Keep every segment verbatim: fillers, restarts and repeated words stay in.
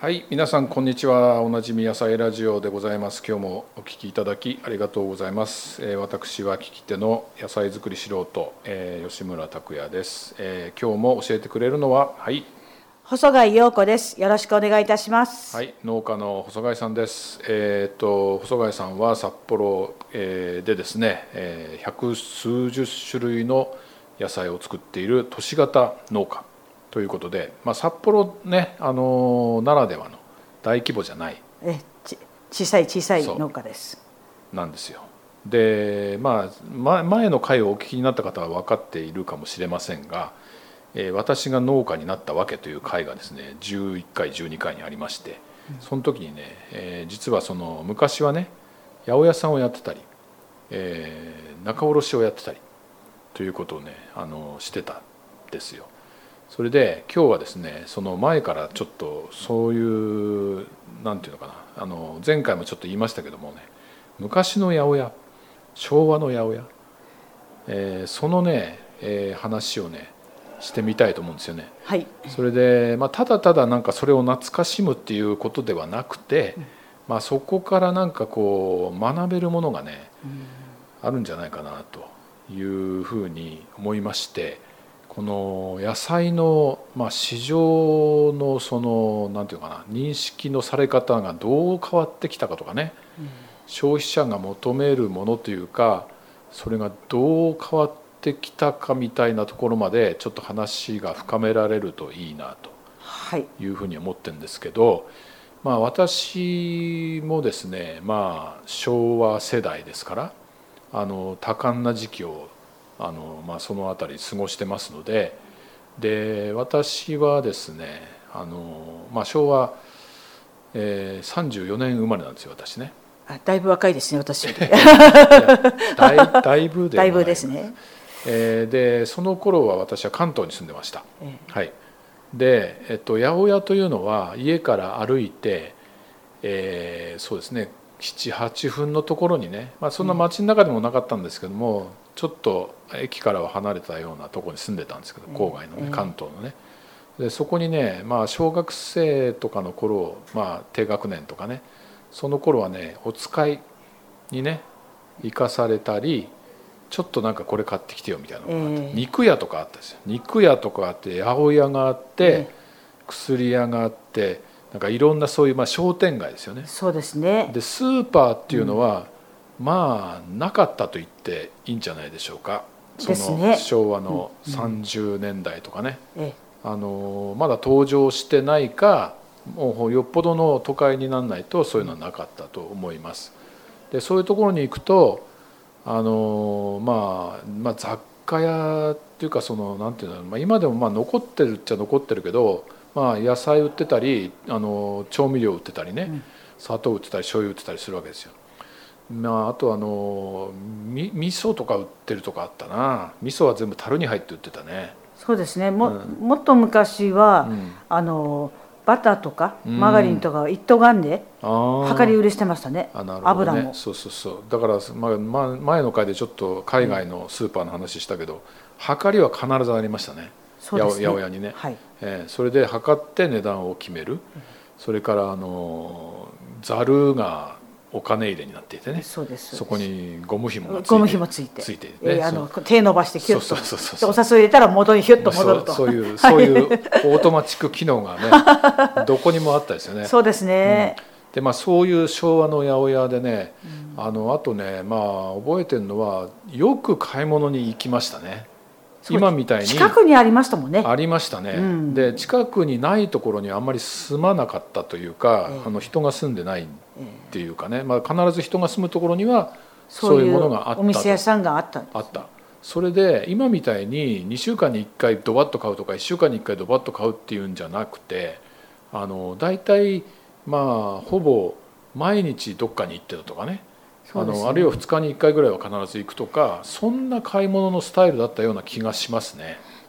はい、皆さんこんにちは。おなじみ野菜ラジオでございます。今日もお聞きいただきありがとうございます。えー、私は聞き手の野菜作り素人、えー、吉村拓也です、えー。今日も教えてくれるのは、はい、 細貝陽子です。よろしくお願いいたします。 はい、農家の細貝さんです。えー、と細貝さんは札幌、えー、でですね、えー、百数十種類の野菜を作っている都市型農家ということで、まあ、札幌ね、あのならではの大規模じゃないえち小さい小さい農家ですなんですよ。で、まあ、前の回をお聞きになった方は分かっているかもしれませんが、えー、私が農家になったわけという回がですねじゅういっかいじゅうにかいにありまして、その時にね、えー、実はその昔はね八百屋さんをやってたり、えー、仲卸をやってたりということをねあのしてたんですよ。それで今日はですねその前からちょっとそういうなんていうのかな、あの前回もちょっと言いましたけどもね、昔の八百屋、昭和の八百屋、えー、そのね、えー、話をねしてみたいと思うんですよね。 はい。 それで、まあ、ただただなんかそれを懐かしむっていうことではなくて、まあ、そこからなんかこう学べるものがね、あるんじゃないかなというふうに思いまして、この野菜の、まあ、市場のそのなんていうかな認識のされ方がどう変わってきたかとかね、うん、消費者が求めるものというかそれがどう変わってきたかみたいなところまでちょっと話が深められるといいなというふうに思ってるんですけど、まあ、私もですね、まあ、昭和世代ですからあの多感な時期をあのまあ、そのあたり過ごしてますので、で私はですねあの、まあ、昭和、えー、さんじゅうよねん生まれなんですよ私ね。 あ、だいぶ若いですね私よりだいだいぶでだいぶですね、 えー、でその頃は私は関東に住んでました、えー、はい。で、えっと、八百屋というのは家から歩いて、えー、そうですねななはちふんのところにね、まあ、そんな街の中でもなかったんですけども、うん、ちょっと駅からは離れたようなところに住んでたんですけど、郊外のね関東のね、でそこにね、まあ、小学生とかの頃、まあ、低学年とかねその頃はねお使いにね行かされたり、ちょっとなんかこれ買ってきてよみたいなのがあって、えー、肉屋とかあったんですよ。肉屋とかあって八百屋があって、えー、薬屋があってなんかいろんなそういうまあ商店街ですよね。 そうですね。 でスーパーっていうのは、うん、まあなかったと言っていいんじゃないでしょうか。その昭和のさんじゅうねんだいとかね、うんうん、あのまだ登場してないかもうよっぽどの都会にならないとそういうのはなかったと思います。でそういうところに行くとあの、まあ、まあ雑貨屋っていうかそのなんていうの、まあ、今でもまあ残ってるっちゃ残ってるけど、まあ、野菜売ってたりあの調味料売ってたりね、うん、砂糖売ってたり醤油売ってたりするわけですよ。まあ、あとあのみ味噌とか売ってるとかあったな。味噌は全部樽に入って売ってたね。 そうですね も,、うん、もっと昔は、うん、あのバターとかマーガリンとか一斗缶で量り売りしてましたね。 ああなるほどね、油もそうそうそう。だから、まあ、前の回でちょっと海外のスーパーの話したけど、うん、量りは必ずありましたね。 そうですね、 八百屋にね、はい。えー、それで測って値段を決める、うん、それからあのざるがお金入れになっていてね、 そうです、 そこにゴム紐がついてゴム紐ついてついて、ね、 えー、あの手伸ばしてキュッとそうそうそうそうお札を入れたら元にヒュッと戻ると、 そういうそういうオートマチック機能がねどこにもあったですよね。 そうですね、 うん、でまあ、そういう昭和の八百屋でね、うん、あのあとね、まあ、覚えてるのはよく買い物に行きましたね。今みたいに近くにありましたもんね。 ありましたね、うん、で近くにないところにあんまり住まなかったというか、えー、あの人が住んでないっていうかね、まあ、必ず人が住むところにはそういうものがあったと。 お店屋さんがあったんです、ね、 あった。それで今みたいににしゅうかんにいっかいドバッと買うとかいっしゅうかんにいっかいドバッと買うっていうんじゃなくて、あの大体まあほぼ毎日どっかに行ってたとかね、あのあるいはふつかにいっかいぐらいは必ず行くとか、そんな買い物のスタイルだったような気がしますね。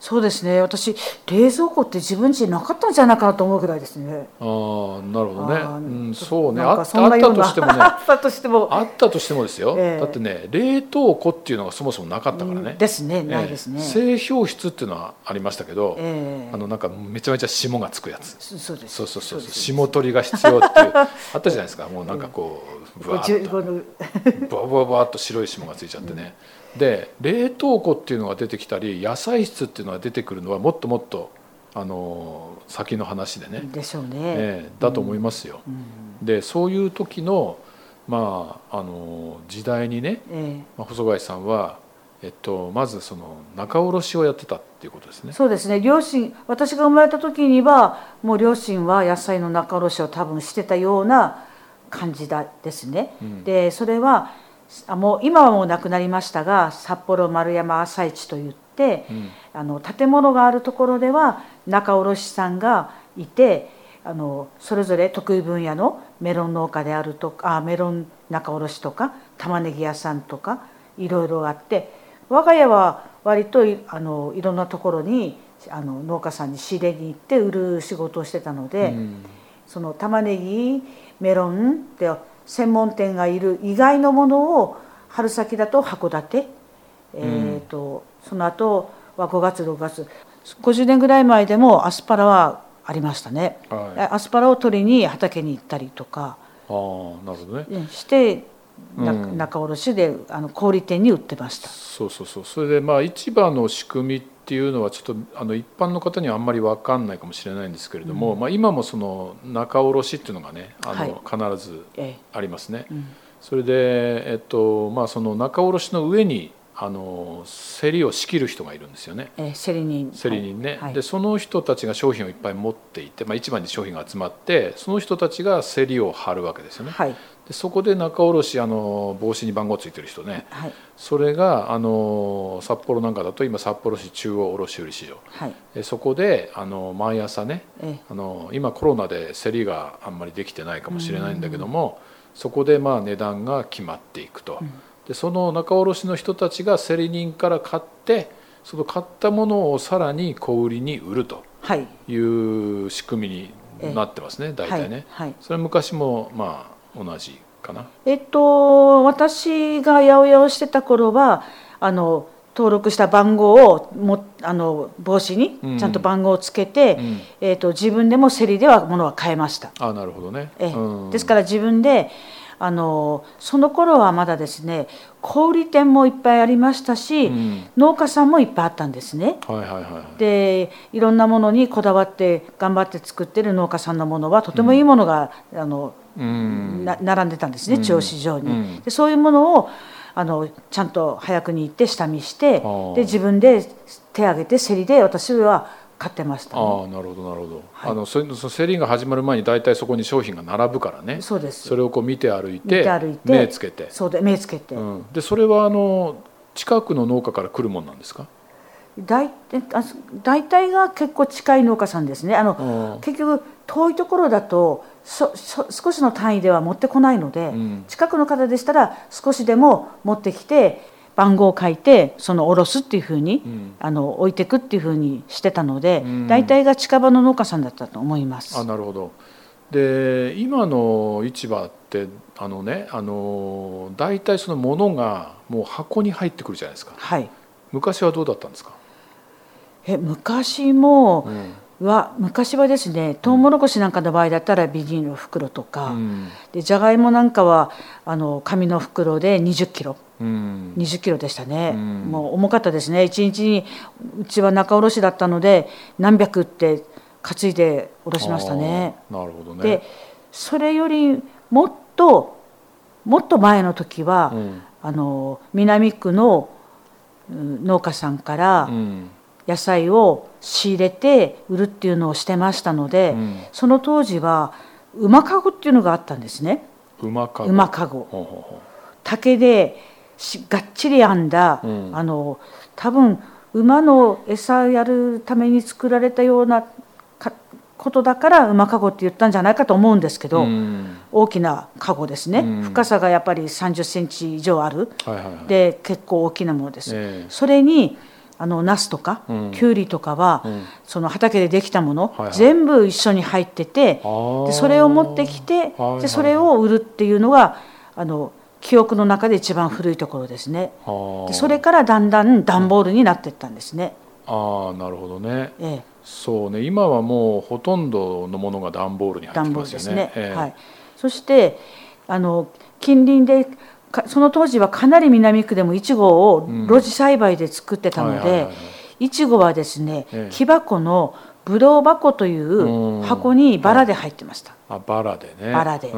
そうですね。私冷蔵庫って自分家になかったんじゃないかなと思うぐらいですね。 ああ、なるほどね。うん、そうね。 なんかあったあったとしてもね。 あったとしても。 あったとしてもですよ。 ええだってね、冷凍庫っていうのがそもそもなかったからね。 ですね。ないですね。 製氷室っていうのはありましたけど、 ええあのなんかめちゃめちゃ霜がつくやつ。 そうです。 そうそうそうそう。霜取りが必要っていうあったじゃないですか。もうなんかこうブワーッとババババッと白い霜がついちゃってね。で冷凍庫っていうのが出てきたり野菜室っていうのが出てくるのはもっともっとあの先の話でね。 でしょうね。 えーだと思いますよ。 うんうんでそういう時のまああの時代にね、 ええまあ、細貝さんは、えっと、まずその仲卸をやってたっていうことですね。 そうですね。両親、私が生まれた時にはもう両親は野菜の仲卸を多分してたような感じだですね。 うんでそれはあもう今はもうなくなりましたが、札幌丸山朝市といって、 うん、 あの建物があるところでは仲卸さんがいて、あのそれぞれ得意分野のメロン農家であるとか、あメロン仲卸とか玉ねぎ屋さんとかいろいろあって、我が家は割といあのいろんなところにあの農家さんに仕入れに行って売る仕事をしてたので、 うん、 その玉ねぎメロンって専門店がいる以外のものを春先だと函館、えーとその後はごがつろくがつごじゅうねんぐらい前でもアスパラはありましたね、 はい、 アスパラを取りに畑に行ったりとかああなるほどね。 してなうん、 仲卸であの小売店に売ってました。 そうそうそう。それでまあ市場の仕組みっていうのはちょっとあの一般の方にはあんまり分かんないかもしれないんですけれども、 うんまあ、今もその仲卸っていうのがねあの必ずえありますね。 えうんそれで、えっとまあ、その仲卸の上にあの競りを仕切る人がいるんですよね。 え競り人競り人ね、 はいはいでその人たちが商品をいっぱい持っていて、まあ、市場に商品が集まってその人たちが競りを張るわけですよね。 はいでそこで仲卸あの帽子に番号ついてる人ね、 はいそれがあの札幌なんかだと今札幌市中央卸売市場、 はいえそこであの毎朝ねえあの今コロナで競りがあんまりできてないかもしれないんだけども、そこでまあ値段が決まっていくと、 うんでその仲卸の人たちが競り人から買ってその買ったものをさらに小売りに売るとはいいう仕組みになってますね、大体ね、 はいはいそれは昔もまあ同じかな。 えっと私が八百屋をしてた頃はあの登録した番号をもあの帽子にちゃんと番号をつけて、 うんえっと自分でも競りでは物は買えました。 あなるほどね、 えうん、 ですから自分であのその頃はまだですね小売店もいっぱいありましたし、 うん、 農家さんもいっぱいあったんですね。 はいはいはい、 でいろんなものにこだわって頑張って作ってる農家さんのものはとてもいいものが、うん、あのうんな並んでたんですね、中央市場に、 うん、 でそういうものをあのちゃんと早くに行って下見してで自分で手を挙げて競りで私は買ってました、ね、 ああなるほどなるほど、 はい、 あのその競りが始まる前に大体そこに商品が並ぶからね。 そうです。 それをこう見て歩いて見て歩いて目つけてそうで目つけて、 うん、でそれはあの近くの農家から来るもんなんですか。 大大体が結構近い農家さんですね。あの結局遠いところだとそそ少しの単位では持ってこないので、うん、近くの方でしたら少しでも持ってきて番号を書いてその下ろすっていうふうに、うん、あの置いていくっていうふうにしてたので、うん、大体が近場の農家さんだったと思います。 あなるほど。で今の市場ってあのねあの大体そのものがもう箱に入ってくるじゃないですか。 はい。 昔はどうだったんですか。 え昔も、うん、は昔はですねトウモロコシなんかの場合だったらビニールの袋とか、うん、でじゃがいもなんかはあの紙の袋でにじゅっキロ、うん、にじゅっキロでしたね、うん、もう重かったですね。いちにちにうちは仲卸だったので何百って担いで下ろしましたね。 なるほどね。 でそれよりもっともっと前の時は、うん、あの南区の農家さんから野菜を仕入れて売るっていうのをしてましたので、うん、その当時は馬かごっていうのがあったんですね。 馬かご。 馬かご。ほうほうほう。竹でがっちり編んだ、うん、あの多分馬の餌やるために作られたようなことだから馬かごって言ったんじゃないかと思うんですけど、うん、大きなかごですね、うん、深さがやっぱりさんじゅっセンチ以上ある、はいはいはい、で結構大きなものです、えー、それにあのナスとか、 うん、 キュウリとかは、 うん、 その畑でできたもの、 はいはい、 全部一緒に入ってて、でそれを持ってきて、はいはい、でそれを売るっていうのがあの記憶の中で一番古いところですね。でそれからだんだん段ボールになっていったんですね。 ああ、なるほどね、 ええ、 そうね、今はもうほとんどのものが段ボールに入ってきますよね。段ボールですね、ええ、 はい、そしてあの近隣でその当時はかなり南区でもイチゴを露地栽培で作ってたので、イチゴはですね、ええ、木箱のブドウ箱という箱にバラで入ってました。 あ、バラでね。 バラで。 うん、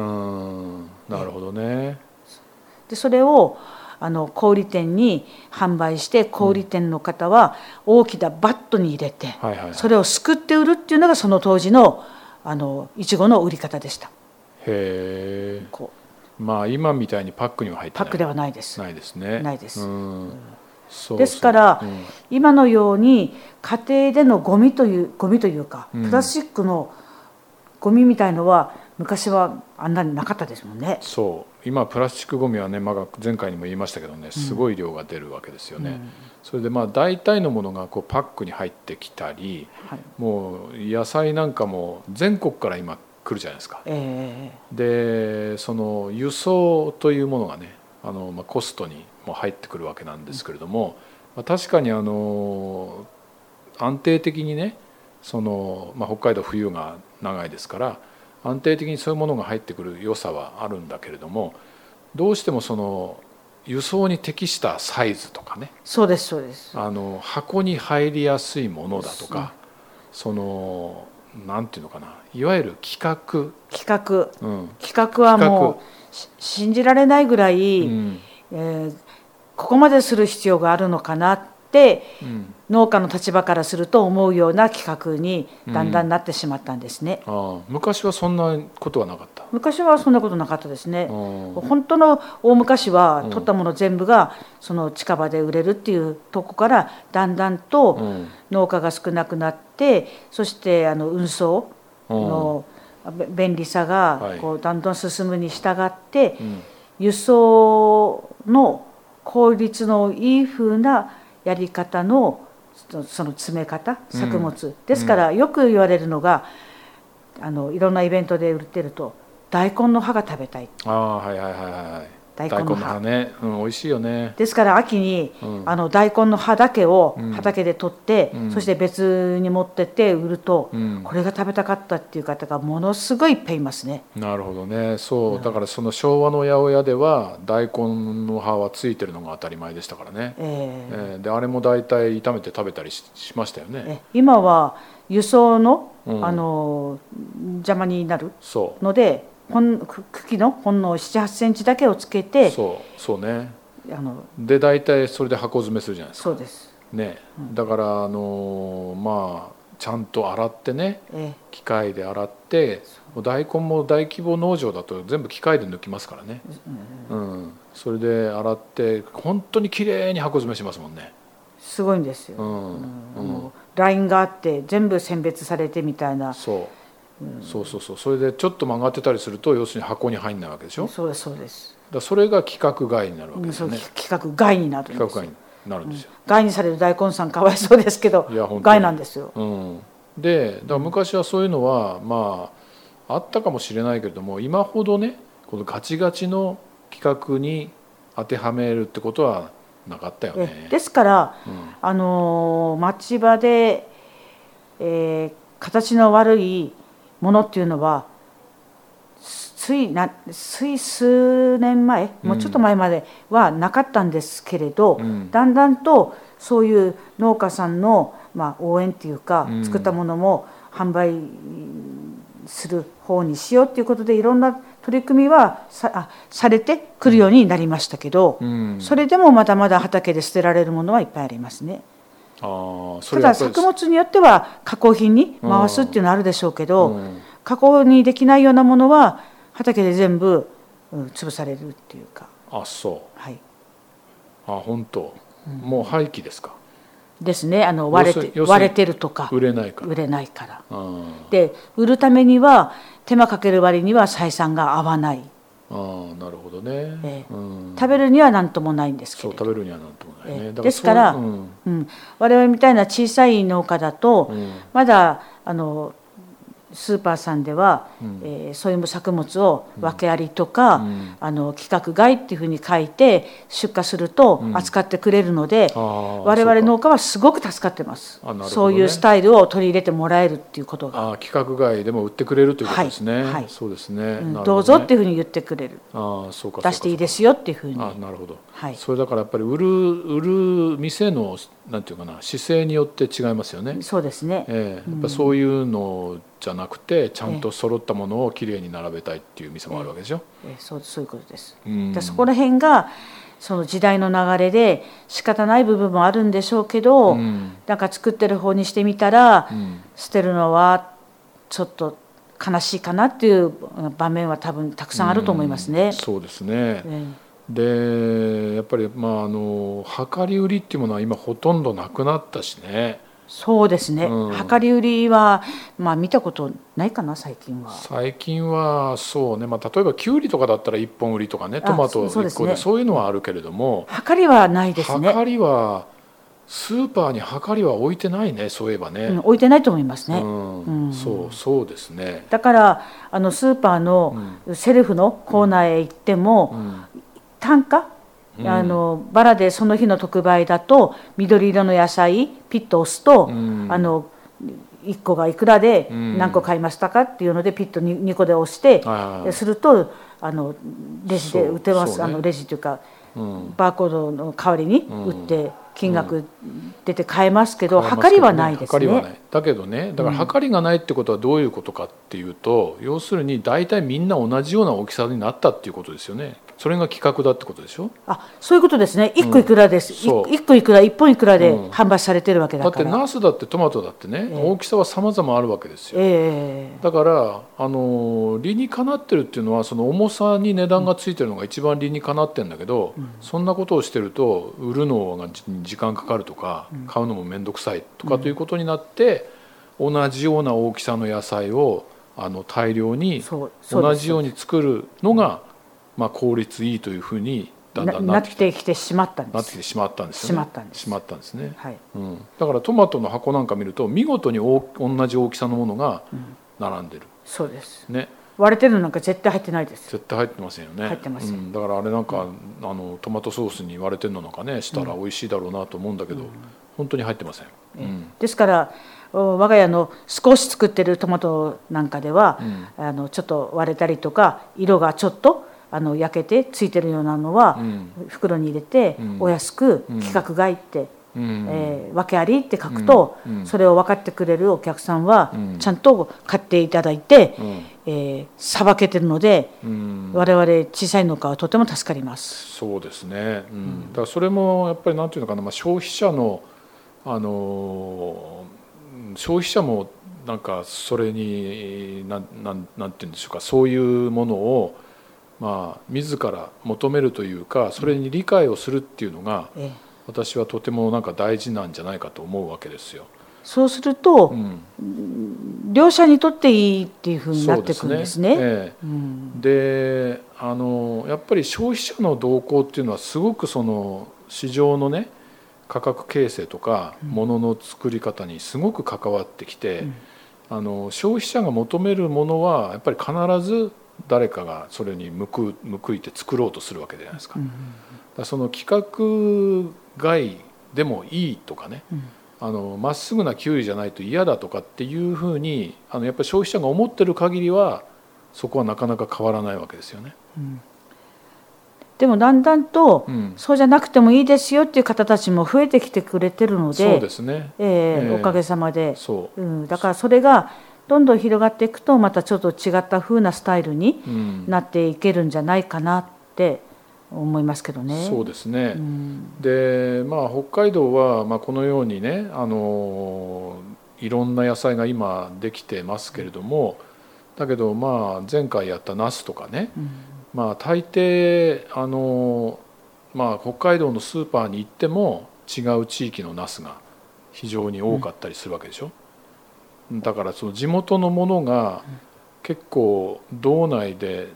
なるほどね。 でそれをあの小売店に販売して、小売店の方は大きなバットに入れて、うん、はいはいはい、それをすくって売るっていうのがその当時のあのイチゴの売り方でした。 へえ。こうまあ今みたいにパックには入ってない。 パックではないです。 ないですね。 ないです。 うん、 そうですから、うん、今のように家庭でのゴミというゴミというか、プラスチックのゴミみたいのは昔はあんなになかったですもんね。 そう今プラスチックゴミはね、まあ、前回にも言いましたけどね、すごい量が出るわけですよね。うん、それでまあ大体のものがこうパックに入ってきたり、はい、もう野菜なんかも全国から今来るじゃないですか。えー、でその輸送というものがね、あの、まあ、コストにも入ってくるわけなんですけれども、まあ、確かにあの安定的にね、その、まあ、北海道冬が長いですから安定的にそういうものが入ってくる良さはあるんだけれども、どうしてもその輸送に適したサイズとかね、 そうですそうです、 あの箱に入りやすいものだとか、そのなんていうのかな、いわゆる規格規格、うん、規格はもう信じられないぐらい、うん、えー、ここまでする必要があるのかなって、うん、農家の立場からすると思うような規格にだんだんなってしまったんですね。 うん、ああ、昔はそんなことはなかった。 昔はそんなことなかったですね。本当の大昔は取ったもの全部がその近場で売れるっていうとこからだんだんと農家が少なくなって、そしてあの運送の便利さがこうだんだん進むに従って輸送の効率のいい風なやり方のその詰め方、作物ですからよく言われるのが、あのいろんなイベントで売ってると大根の葉が食べたい。 ああ、はいはいはいはい。大根の葉ね、うん、美味しいよね。 ですから秋に、うん、あの大根の葉だけを畑で取って、うん、そして別に持ってって売ると、うん、これが食べたかったっていう方がものすごいいっぱいいますね。 なるほどね。そう、だからその昭和の八百屋では大根の葉はついてるのが当たり前でしたからね。えーえー、であれも大体炒めて食べたり し, しましたよね。え今は輸送の、うん、あの邪魔になるので、茎のほんのななはちセンチだけをつけて、 そうそうね、 あので大体それで箱詰めするじゃないですか。 そうですね、うん、だからあのまあちゃんと洗ってね、ええ、機械で洗って、大根も大規模農場だと全部機械で抜きますからね、うんうん、それで洗って本当にきれいに箱詰めしますもんね。 すごいんですよ、うんうん、もうラインがあって全部選別されてみたいな。 そううん、そうそうそう、それでちょっと曲がってたりすると要するに箱に入んないわけでしょ。 そうですそうです。 だそれが規格外になるわけですよね。 うん、規格外になるんです。 規格外になるんですよ、 うん、外にされる大根さんかわいそうですけど、いや外なんですよ、 うん、でだから昔はそういうのはまああったかもしれないけれども、今ほどねこのガチガチの規格に当てはめるってことはなかったよね。 ですから、うん、あの町場で、えー、形の悪いものっていうのはついなつい数年前、もうちょっと前まではなかったんですけれど、うん、だんだんとそういう農家さんの、まあ、応援っていうか、うん、作ったものも販売する方にしようっていうことでいろんな取り組みは さ, あされてくるようになりましたけど、うん、それでもまだまだ畑で捨てられるものはいっぱいありますね。あそれただ作物によっては加工品に回すっていうのはあるでしょうけど、うん、加工にできないようなものは畑で全部、うん、潰されるっていうか。 あそう、 はい、 あ本当、うん、もう廃棄ですか。 ですね、あの割れて割れてるとか売れないから売れないからで売るためには手間かける割には採算が合わない。 ああ、なるほどね、 えーうん、 食べるには何ともないんですけれど、 そう食べるには何ともないね、 えーだですから、 そううんうん、我々みたいな小さい農家だと、 うん、 まだあのスーパーさんでは、 うんえーそういう作物を訳ありとか、 うん、 あの規格外っていうふうに書いて出荷すると扱ってくれるので、 ああ、 我々農そうか、 家はすごく助かってます。 あ、なるほどね、 そういうスタイルを取り入れてもらえるっていうことが、 ああ、規格外でも売ってくれるということですね、 はいはい、 そうですね、 うん、 なるほどね、 どうぞっていうふうに言ってくれる、 ああ、そうか、 出していいですよっていうふうに、 あ、なるほど、 はい、 それだからやっぱり売る売る店のなんていうかな、姿勢によって違いますよね。 そうですね、 ええ、やっぱそういうのじゃなくてちゃんと揃ったものをきれいに並べたいっていう店もあるわけでしょ。 えー、そうそういうことです。 うん、 でそこら辺がその時代の流れで仕方ない部分もあるんでしょうけど、 うん、 なんか作ってる方にしてみたら、 うん、 捨てるのはちょっと悲しいかなっていう場面は多分たくさんあると思いますね。 うん、そうですね、 えー、でやっぱりまああの量り売りっていうものは今ほとんどなくなったしね。 そうですね、 うん、 量り売りは、まあ、見たことないかな最近は。 最近はそうね、まあ、例えばきゅうりとかだったらいっぽん売りとかね、トマトいっこ で, そう, で、ね、そういうのはあるけれども、 量りはないですね。 量りはスーパーに量りは置いてないね、そういえばね、 うん、置いてないと思いますね、 うんうん、 そうそうですね。 だからあのスーパーのセルフのコーナーへ行っても、うん、単価、うん、あのバラでその日の特売だと緑色の野菜ピッと押すと、うん、あのいっこがいくらで何個買いましたかっていうのでピッと 2, 2個で押して、うん、するとあのレジで売ってます、ね、あのレジというか、うん、バーコードの代わりに売って金額出て買えますけど、うん、量りはないですね。 量りはない。だけどね、だから量りがないってことはどういうことかっていうと、うん、要するに大体みんな同じような大きさになったっていうことですよね。それが規格だってことでしょ。 あ、そういうことですね。いっこいくらです、うん、いっこいくらいっぽんいくらで販売されてるわけだから、 だってナスだってトマトだってね、えー、大きさは様々あるわけですよ、えー、だからあの理にかなってるっていうのはその重さに値段がついてるのが一番理にかなってるんだけど、うん、そんなことをしてると売るのが時間かかるとか、うん、買うのも面倒くさいとかということになって、うん、同じような大きさの野菜をあの大量に同じように作るのがまあ、効率いいというふうにだんだんなってき て, なってきてしまったんです。 なってきてしまったんですよね。 しまったんです。 しまったんですね、 はい、 うん、だからトマトの箱なんか見ると見事に同じ大きさのものが並んでる、うん、 そうです、 ね、 割れてるのなんか絶対入ってないです。 絶対入ってませんよね。 入ってません、うん、 だからあれなんか、うん、あのトマトソースに割れてるのなんかねしたら美味しいだろうなと思うんだけど、うん、本当に入ってません、 うん、ですから我が家の少し作ってるトマトなんかでは、うん、あのちょっと割れたりとか色がちょっとあの焼けてついてるようなのは、うん、袋に入れて、うん、お安く規格外って、うんえー、訳ありって書くと、うん、それを分かってくれるお客さんはちゃんと買っていただいてさば、えー、けてるので、うん、我々小さい農家はとても助かります。 そうですね、うん、だからそれもやっぱりなんていうのかな、まあ、消費者の、あのー、消費者もなんかそれになんなんなんていうんでしょうか、そういうものをまあ、自ら求めるというかそれに理解をするっていうのが、ええ、私はとてもなんか大事なんじゃないかと思うわけですよ。 そうすると、うん、両者にとっていいっていうふうになってくるんですね。 そうですね、ええうん、であのやっぱり消費者の動向っていうのはすごくその市場のね価格形成とか物の作り方にすごく関わってきて、うん、あの消費者が求めるものはやっぱり必ず誰かがそれに報いて作ろうとするわけじゃないですか。うんうんうん、だその規格外でもいいとかね、うん、あのまっすぐなキュウリじゃないと嫌だとかっていうふうにあのやっぱり消費者が思ってる限りはそこはなかなか変わらないわけですよね。うん、 でもだんだんと、うん、そうじゃなくてもいいですよっていう方たちも増えてきてくれてるので、 そうですね、 えーえー、おかげさまでそう、うん、だからそれがどんどん広がっていくとまたちょっと違った風なスタイルになっていけるんじゃないかなって思いますけどね。 そうですね、うん、でまあ北海道はまあこのようにねあのいろんな野菜が今できてますけれども、だけどまあ前回やったナスとかね、うん、まあ大抵あのまあ北海道のスーパーに行っても違う地域のナスが非常に多かったりするわけでしょ。うんだからその地元のものが結構道内で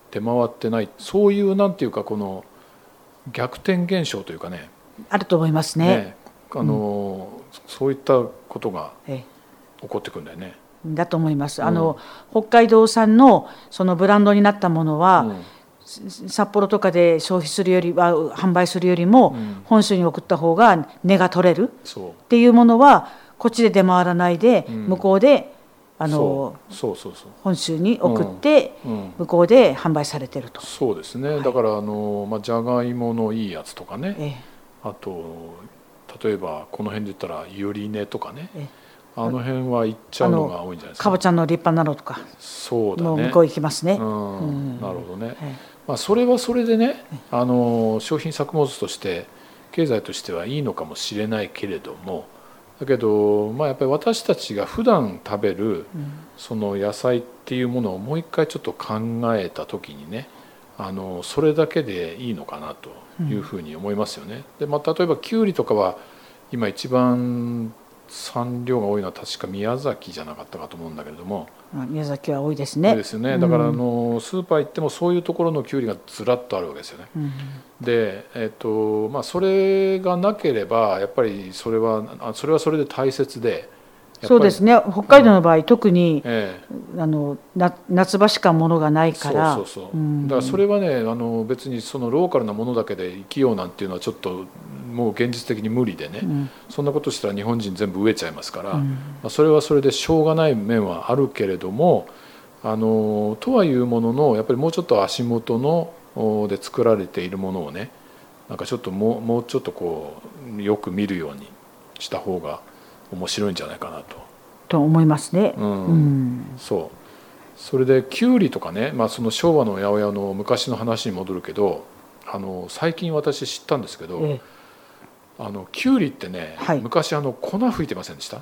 出回ってない、そういうなんていうかこの逆転現象というかね、 あると思いますね。 ね、あの、うん、そういったことが起こってくるんだよね。 だと思います。あの、うん、北海道産のそのブランドになったものは、うん、札幌とかで消費するよりは販売するよりも、うん、本州に送った方が値が取れるっていうものはこっちで出回らないで、うん、向こうであのそうそうそうそう本州に送って向こうで販売されてると。 そうですね、はい、だからあの、まあ、じゃがいものいいやつとかね、ええ、あと例えばこの辺で言ったらゆり根とかね、ええ、あの辺は行っちゃうのが多いんじゃないですか。 かぼちゃの立派なのとかそうだね、 もう向こう行きますね、 うんうん、なるほどね、ええ、まあ、それはそれでね、あの商品作物として経済としてはいいのかもしれないけれども、だけど、まあ、やっぱり私たちが普段食べるその野菜っていうものをもう一回ちょっと考えた時にね、あのそれだけでいいのかなというふうに思いますよね。で、まあ、例えばきゅうりとかは今一番産量が多いのは確か宮崎じゃなかったかと思うんだけれども、 宮崎は多いですね。 多いですよね。だからあのスーパー行ってもそういうところのきゅうりがずらっとあるわけですよね。うん、で、えっとまあ、それがなければやっぱりそれはそれはそれで大切で、 そうですね、北海道の場合、うん、特に、 ええ、 あのな夏場しかものがないから、 そうそうそう、うん、だからそれはね、あの別にそのローカルなものだけで生きようなんていうのはちょっともう現実的に無理でね、うん、そんなことしたら日本人全部飢えちゃいますから、うん、まあ、それはそれでしょうがない面はあるけれども、あのとはいうもののやっぱりもうちょっと足元ので作られているものをね、なんかちょっともう、もうちょっとこうよく見るようにした方が面白いんじゃないかなと。 と思いますね。 うんうん、そうそれできゅうりとかね、まあ、その昭和の八百屋の昔の話に戻るけど、あの最近私知ったんですけど、ええ、あのきゅうりってね、はい、昔あの粉吹いてませんでした？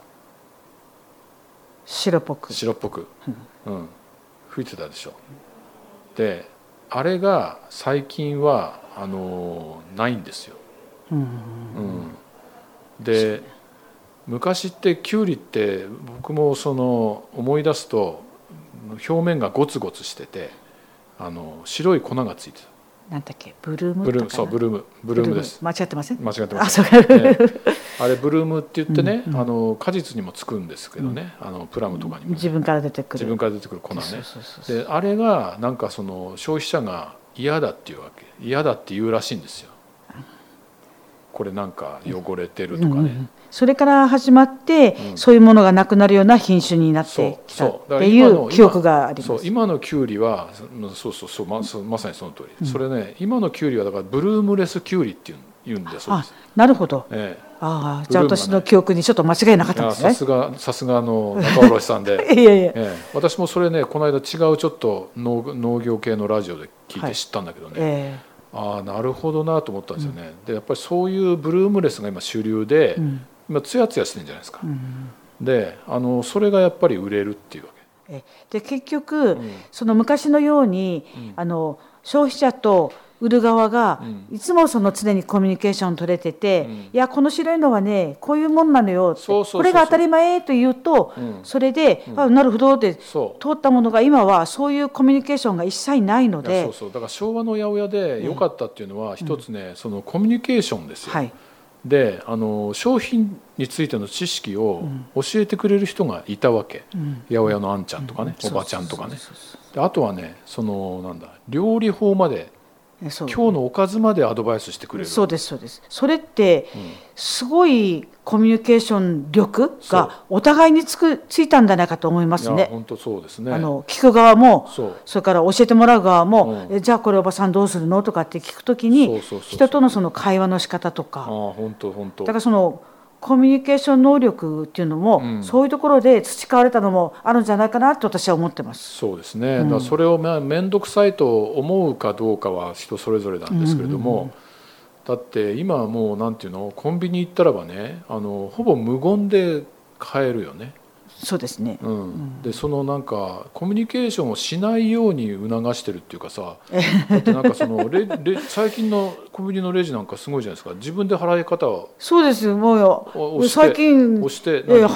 白っぽく白っぽく、うんうん、吹いてたでしょ。であれが最近はあのないんですよ。うんうん、で昔ってきゅうりって僕もその思い出すと表面がゴツゴツしてて、あの白い粉がついてた。 なんだっけ、ブルームブルーム、そうブルームブルームです。 間違ってません？ 間違ってません。あ、ね、あれブルームって言ってね、うんうん、あの果実にもつくんですけどね、うん、あのプラムとかにも、ね、 自分から出てくる自分から出てくる粉ね。であれがなんかその消費者が嫌だっていうわけ、嫌だって言うらしいんですよ。これなんか汚れてるとかね、うんうん、 それから始まって、うん、そういうものがなくなるような品種になってきたっていう記憶があります。 そう今のキュウリはそうそうそう ま, まさにその通り、うん、それね、今のキュウリはだからブルームレスキュウリって言うんだそうです。あ、 なるほど、 ええ、 ああ、じゃあ私の記憶にちょっと間違いなかったんですね。 さすがさすがの中卸さんでいやいや、ええ、私もそれねこの間違うちょっと 農, 農業系のラジオで聞いて知ったんだけどね、はい、ええ、ああなるほどなと思ったんですよね、うん、でやっぱりそういうブルームレスが今主流で、うん、今ツヤツヤしてるんじゃないですか、うん、であのそれがやっぱり売れるっていうわけえで結局、うん、その昔のように、うん、あの消費者と売る側が、うん、いつもその常にコミュニケーション取れてて、うん、いやこの白いのはねこういうもんなのよって、そうそうそうそう、これが当たり前と言うと、うん、それで、うん、あなるほどって通ったものが今はそういうコミュニケーションが一切ないので、 そうそう、だから昭和の八百屋で良かったっていうのは、一つね、そのコミュニケーションですよ、はい、であの商品についての知識を教えてくれる人がいたわけ、うん、八百屋のあんちゃんとかね、うん、おばちゃんとかね、であとはねそのなんだ料理法まで今日のおかずまでアドバイスしてくれる。 そうですそうです。それってすごいコミュニケーション力がお互いにつくついたんじゃないかと思いますね。 いや本当そうですね。 あの聞く側も そ, それから教えてもらう側も、うん、えじゃあこれおばさんどうするのとかって聞くときに人とのその会話の仕方とか、あ本当本当だからそのコミュニケーション能力っていうのも、うん、そういうところで培われたのもあるんじゃないかなと私は思ってます。 そうですね、うん、だからそれを面倒くさいと思うかどうかは人それぞれなんですけれども、うんうんうん、だって今はもうなんていうのコンビニ行ったらばねあのほぼ無言で買えるよね。 そうですね、 うんうん、でそのなんかコミュニケーションをしないように促してるっていうかさだってなんかそのレレ最近のコンビニのレジなんかすごいじゃないですか。自分で払い方をそうですよもうよ押して最近押してえは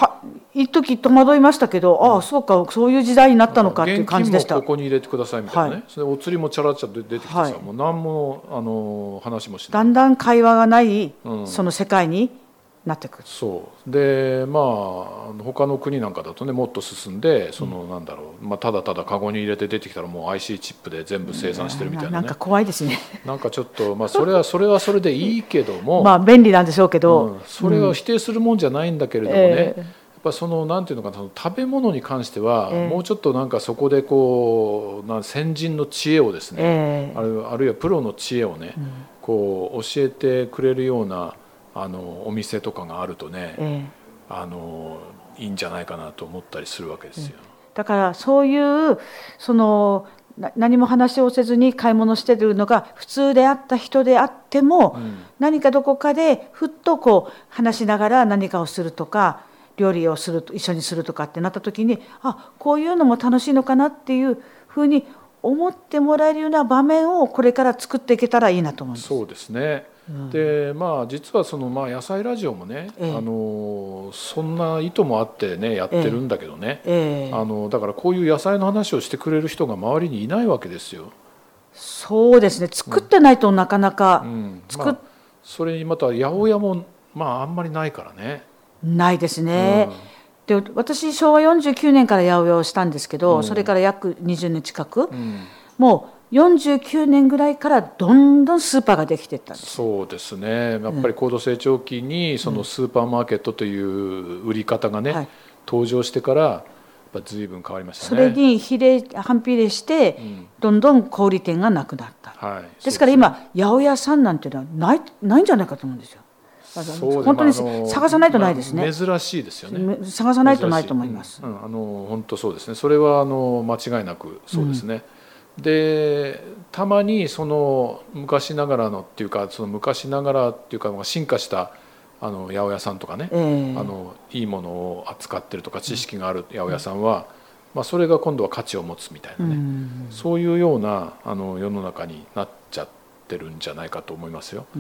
一時戸惑いましたけど、うん、ああそうかそういう時代になったのかっていう感じでした。 現金もここに入れてくださいみたいなね、はい、それお釣りもチャラチャラ出てきてさ、はい、もう何もあの話もしない。 だんだん会話がない、うん、その世界になってくる。 そうでまあ他の国なんかだとねもっと進んでその、うん、なんだろう、まあ、ただただカゴに入れて出てきたらもう アイシー チップで全部生産してるみたいなね、 なんか怖いですね。 なんかちょっと、まあ、それはそれはそれでいいけどもまあ便利なんでしょうけど、 うん、それを否定するもんじゃないんだけれどもね、えー、やっぱそのなんていうのかな、その食べ物に関しては、えー、もうちょっとなんかそこでこうな先人の知恵をですね、えー、ある、あるいはプロの知恵をね、うん、こう教えてくれるようなあのお店とかがあるとね、えー、あのいいんじゃないかなと思ったりするわけですよ。 だからそういうその何も話をせずに買い物してるのが普通であった人であっても、うん、何かどこかでふっとこう話しながら何かをするとか料理をすると一緒にするとかってなった時に、あこういうのも楽しいのかなっていうふうに思ってもらえるような場面をこれから作っていけたらいいなと思います。 そうですね。でまあ、実はその、まあ、野菜ラジオもね、ええ、あのそんな意図もあってねやってるんだけどね、ええ、あのだからこういう野菜の話をしてくれる人が周りにいないわけですよ。 そうですね、作ってないとなかなか、うんうん作まあ、それにまた八百屋も、まあ、あんまりないからね。 ないですね、うん、で私しょうわよんじゅうきゅうねんから八百屋をしたんですけど、うん、それから約にじゅうねん近く、うん、もうよんじゅうきゅうねんぐらいからどんどんスーパーができていったんです。 そうですね、やっぱり高度成長期にそのスーパーマーケットという売り方がね、うんはい、登場してからやっぱ随分変わりましたね。 それに比例反比例して、うん、どんどん小売店がなくなった、はい、ですから今八百屋さんなんていうのはない、ないんじゃないかと思うんですよ。本当に探さないとないですね、 まあ、珍しいですよね。 探さないとないと思います、 うんうん、あの本当そうですね。それはあの間違いなくそうですね、うん、でたまにその昔ながらのっていうかその昔ながらっていうか進化したあの八百屋さんとかね、えー、あのいいものを扱ってるとか知識がある八百屋さんは、うんまあ、それが今度は価値を持つみたいなね、うん、そういうようなあの世の中になっちゃってるんじゃないかと思いますよ。うん、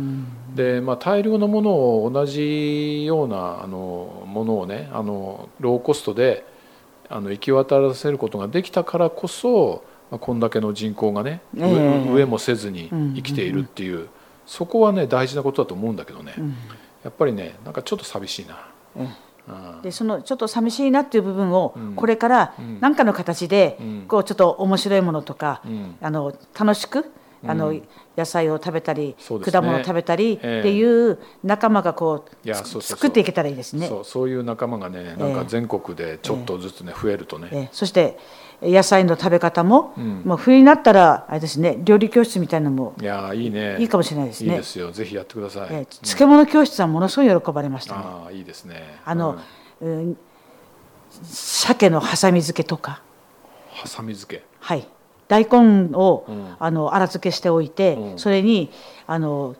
で、まあ、大量のものを同じようなあのものをねあのローコストであの行き渡らせることができたからこそこんだけの人口がね、えー、飢えもせずに生きているっていう、うんうんうん、そこはね大事なことだと思うんだけどね、うん、やっぱりねなんかちょっと寂しいな、 うん、でそのちょっと寂しいなっていう部分をこれから何かの形でこうちょっと面白いものとか、うん、あの楽しくあの野菜を食べたり、うん、果物を食べたりっていう仲間がこう作っていけたらいいですね。 そう、そういう仲間がねなんか全国でちょっとずつね、えー、増えるとね、えー、 そして野菜の食べ方も、うん、もう冬になったらあれですね料理教室みたいなのもいやいいねいいかもしれないですね。 いいですよ、ぜひやってください、えー、 漬物教室はものすごい喜ばれましたね。 ああいいですね。 あの、うんうん、鮭のはさみ漬けとかはさみ漬けはい大根を、うん、あの粗漬けしておいて、うん、それにあの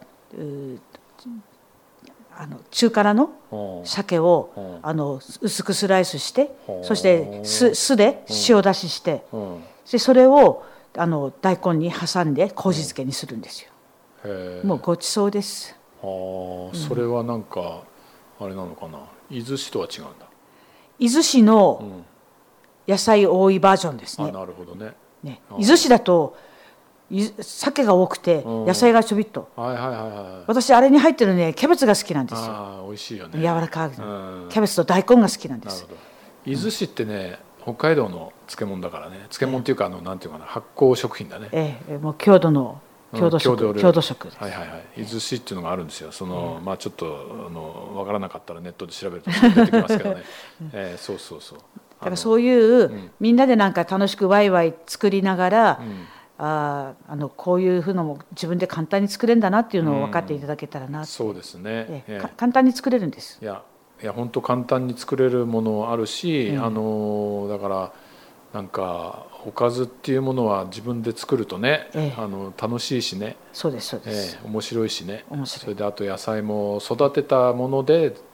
あの中辛の鮭を、うん、あの薄くスライスして、うん、そして酢、酢で塩出しして、うん、でそれをあの大根に挟んで麹漬けにするんですよ。へもうごちそうです。 あ、それはなんかあれなのかな、伊豆市とは違うんだ。 伊豆市の野菜多いバージョンですね。 あ、なるほどね。 ね、伊豆市だと鮭が多くて野菜がちょびっと、 はいはいはいはい、 私あれに入ってるねキャベツが好きなんですよ。 あ、美味しいよね、 柔らかいキャベツと大根が好きなんです。 なるほど。伊豆市ってね北海道の漬物だからね、漬物っていうかあのなんていうかな発酵食品だね。 ええ、もう郷土の郷土食、うん、郷土食です。 はいはいはい。伊豆市っていうのがあるんですよ。その、うん、まあちょっとあの分からなかったらネットで調べると出てきますけどね。えー、そうそうそう。 だからそういう、うん、みんなでなんか楽しくワイワイ作りながら、うん、ああのこういうふうのも自分で簡単に作れるんだなっていうのを分かっていただけたらなって、うん、 そうですね、 えー、簡単に作れるんです。 いやいや本当簡単に作れるものあるし、うん、あのだからなんかおかずっていうものは自分で作るとね、えー、あの楽しいしね。 そうですそうです、 えー、面白いしね。 面白い。 それであと野菜も育てたもので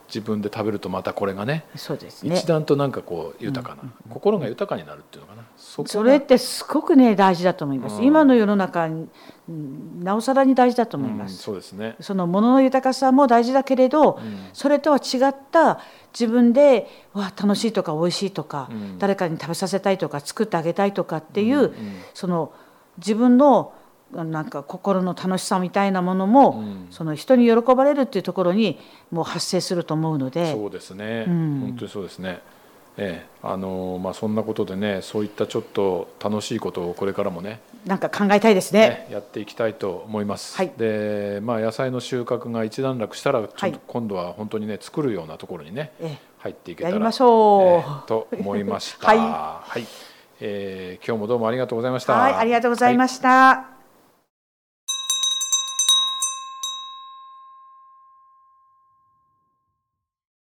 自分で食べるとまたこれがね、 そうですね、 一段となんかこう豊かな、うんうん、心が豊かになるっていうのかな、そこそれってすごくね大事だと思います、うん、今の世の中になおさらに大事だと思います、うん、 そうですね、 その物の豊かさも大事だけれど、うん、それとは違った自分でわ楽しいとか美味しいとか、うん、誰かに食べさせたいとか作ってあげたいとかっていう、うんうん、その自分のなんか心の楽しさみたいなものも、うん、その人に喜ばれるっていうところにもう発生すると思うので、 そうですね、うん、本当にそうですね、ええ、あのまあ、そんなことでね、そういったちょっと楽しいことをこれからもねなんか考えたいですね、 ねやっていきたいと思います、 はい、 で、まあ、野菜の収穫が一段落したらちょっと今度は本当にね作るようなところにね、ええ、入っていけたらやりましょう、 えー、と思いました、 はい、 はい、えー、今日もどうもありがとうございました。 はい、ありがとうございました、はい。